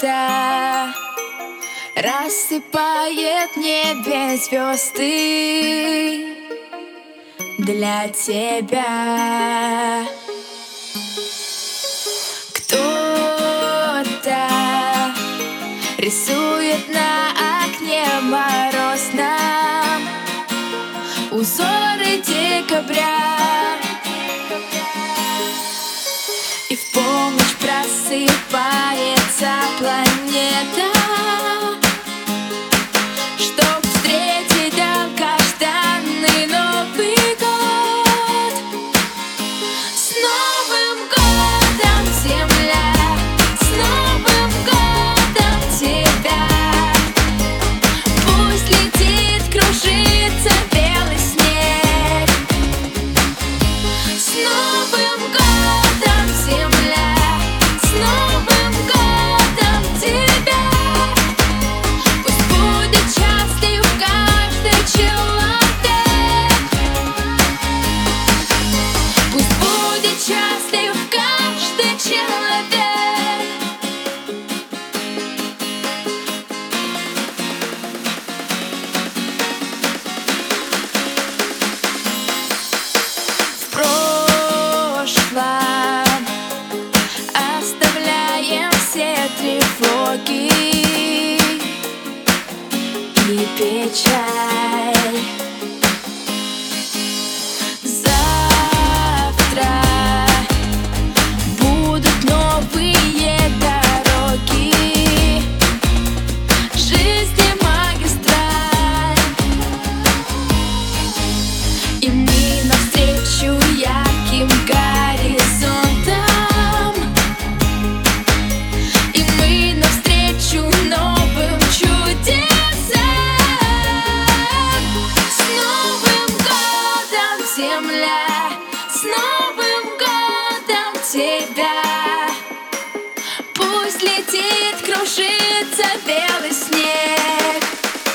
Кто-то рассыпает в небе звезды для тебя. Кто-то рисует на окне морозном узоры декабря. И в полночь просыпается планета, чтоб встретить долгожданный Новый год. С Новым годом, Земля! С Новым годом тебя! Пусть летит, кружится белый снег. С Новым годом, Земля! С Новым годом тебя! Пусть будет счастлив каждый человек. Пусть будет счастлив каждый человек. В прошлом оставляем все тревоги и печаль. Завтра будут новые дороги, жизни магистраль. И мы навстречу ярким горизонтам, и мы навстречу новым чудесам. С Новым годом, Земля! С Новым годом тебя! Пусть летит, кружится белый снег.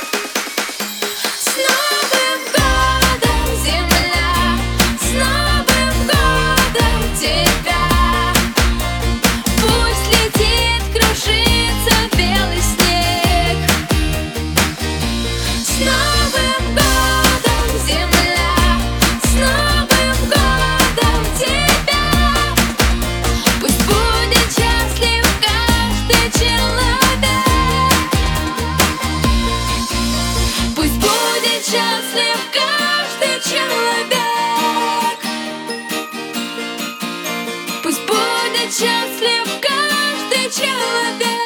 С Новым годом, Земля! С Новым годом тебя! Пусть летит, кружится белый снег. С Новым годом, Земля! С Новым годом тебя! Пусть будет счастлив каждый человек. Пусть будет счастлив каждый человек. Пусть будет счастлив каждый человек.